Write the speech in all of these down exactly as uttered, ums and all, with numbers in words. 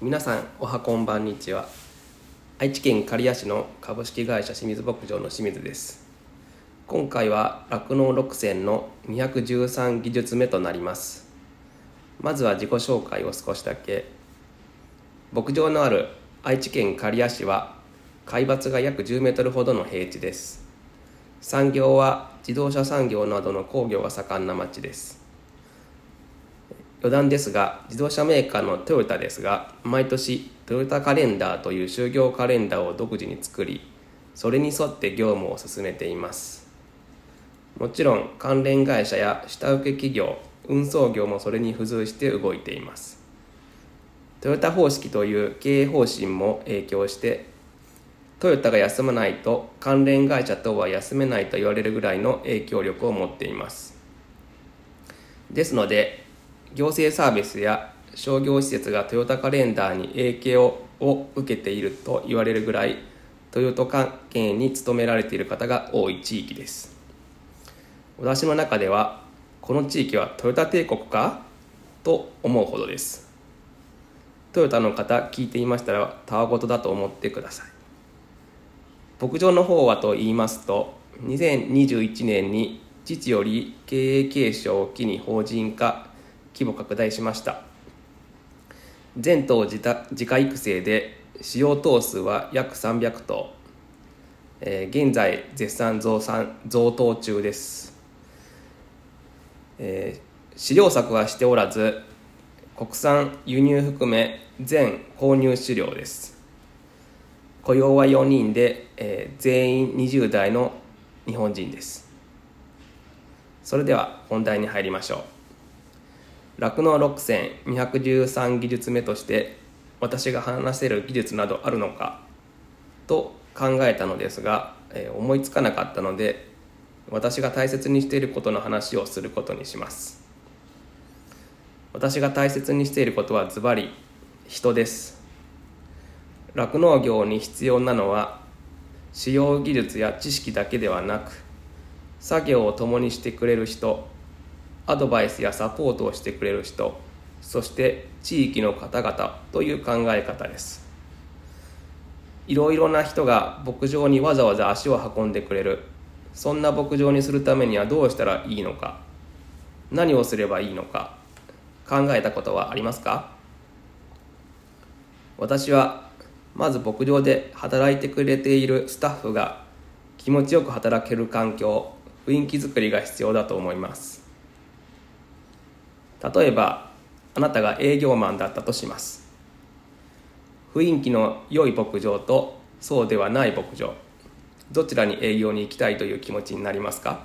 皆さんおはこんばんにちは。愛知県刈谷市の株式会社清水牧場の清水です。今回は酪農ろく選のにひゃくじゅうさん技術目となります。まずは自己紹介を少しだけ。牧場のある愛知県刈谷市は海抜が約じゅうメートルほどの平地です。産業は自動車産業などの工業が盛んな町です。余談ですが、自動車メーカーのトヨタですが、毎年トヨタカレンダーという就業カレンダーを独自に作り、それに沿って業務を進めています。もちろん関連会社や下請け企業、運送業もそれに付随して動いています。トヨタ方式という経営方針も影響して、トヨタが休まないと関連会社等は休めないと言われるぐらいの影響力を持っています。ですので、行政サービスや商業施設がトヨタカレンダーに影響を受けていると言われるぐらい、トヨタ関係に勤められている方が多い地域です。私の中では、この地域はトヨタ帝国かと思うほどです。トヨタの方聞いていましたら、たわごとだと思ってください。牧場の方はと言いますと、にせんにじゅういちねんに父より経営継承を機に法人化、規模拡大しました。全頭自家育成で使用頭数は約さんびゃく頭、えー、現在絶賛増産増頭中です。えー、飼料作はしておらず、国産輸入含め全購入飼料です。雇用はよにんで、えー、全員にじゅう代の日本人です。それでは本題に入りましょう。酪農ろく選にひゃくじゅうさん技術目として私が話せる技術などあるのかと考えたのですが、えー、思いつかなかったので、私が大切にしていることの話をすることにします。私が大切にしていることはズバリ人です。酪農業に必要なのは使用技術や知識だけではなく、作業を共にしてくれる人、アドバイスやサポートをしてくれる人、そして地域の方々という考え方です。いろいろな人が牧場にわざわざ足を運んでくれる、そんな牧場にするためにはどうしたらいいのか、何をすればいいのか、考えたことはありますか？私はまず牧場で働いてくれているスタッフが気持ちよく働ける環境、雰囲気づくりが必要だと思います。例えば、あなたが営業マンだったとします。雰囲気の良い牧場とそうではない牧場、どちらに営業に行きたいという気持ちになりますか？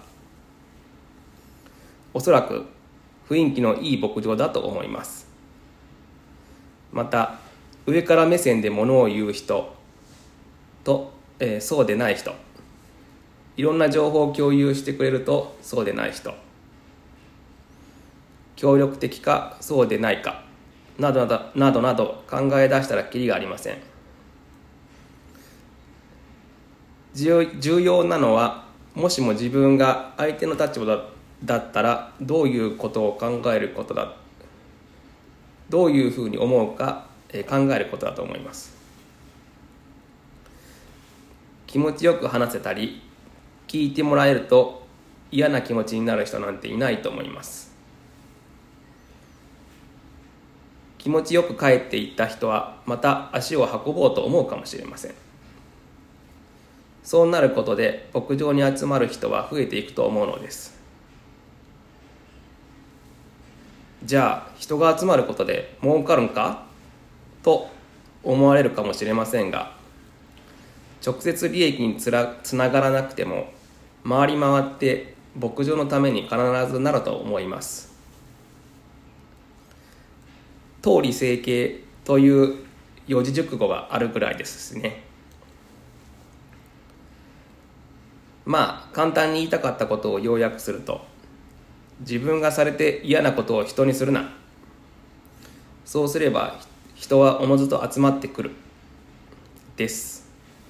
おそらく雰囲気のいい牧場だと思います。また、上から目線で物を言う人と、えー、そうでない人、いろんな情報を共有してくれるとそうでない人、協力的かそうでないかなどなどなどなど考え出したらキリがありません。重要なのは、もしも自分が相手の立場だ、だったらどういうことを考えることだ、どういうふうに思うか、えー、考えることだと思います。気持ちよく話せたり、聞いてもらえると嫌な気持ちになる人なんていないと思います。気持ちよく帰っていった人はまた足を運ぼうと思うかもしれません。そうなることで牧場に集まる人は増えていくと思うのです。じゃあ人が集まることで儲かるんかと思われるかもしれませんが、直接利益につらつながらなくても回り回って牧場のために必ずなると思います。桃李成形という四字熟語があるぐらいですね。まあ簡単に言いたかったことを要約すると、自分がされて嫌なことを人にするな、そうすれば人はおのずと集まってくるです。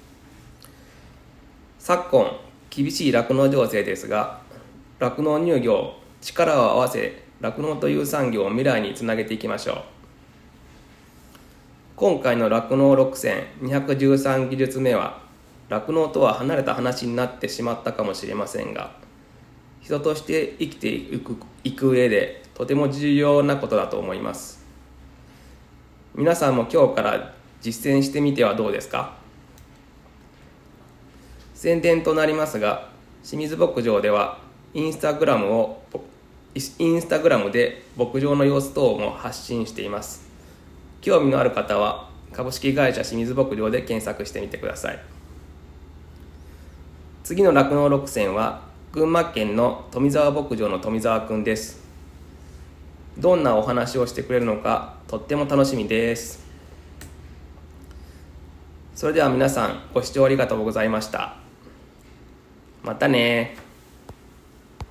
昨今厳しい酪農情勢ですが、酪農乳業力を合わせ酪農という産業を未来につなげていきましょう。 今回の酪農ろくせんにひゃくじゅうさん技術目は酪農とは離れた話になってしまったかもしれませんが、人として生きていく、いく上でとても重要なことだと思います。皆さんも今日から実践してみてはどうですか？宣伝となりますが、清水牧場ではインスタグラムをインスタグラムで牧場の様子等も発信しています。興味のある方は株式会社清水牧場で検索してみてください。次の酪農ろくせんは群馬県の富沢牧場の富沢くんです。どんなお話をしてくれるのかとっても楽しみです。それでは皆さんご視聴ありがとうございました。またね。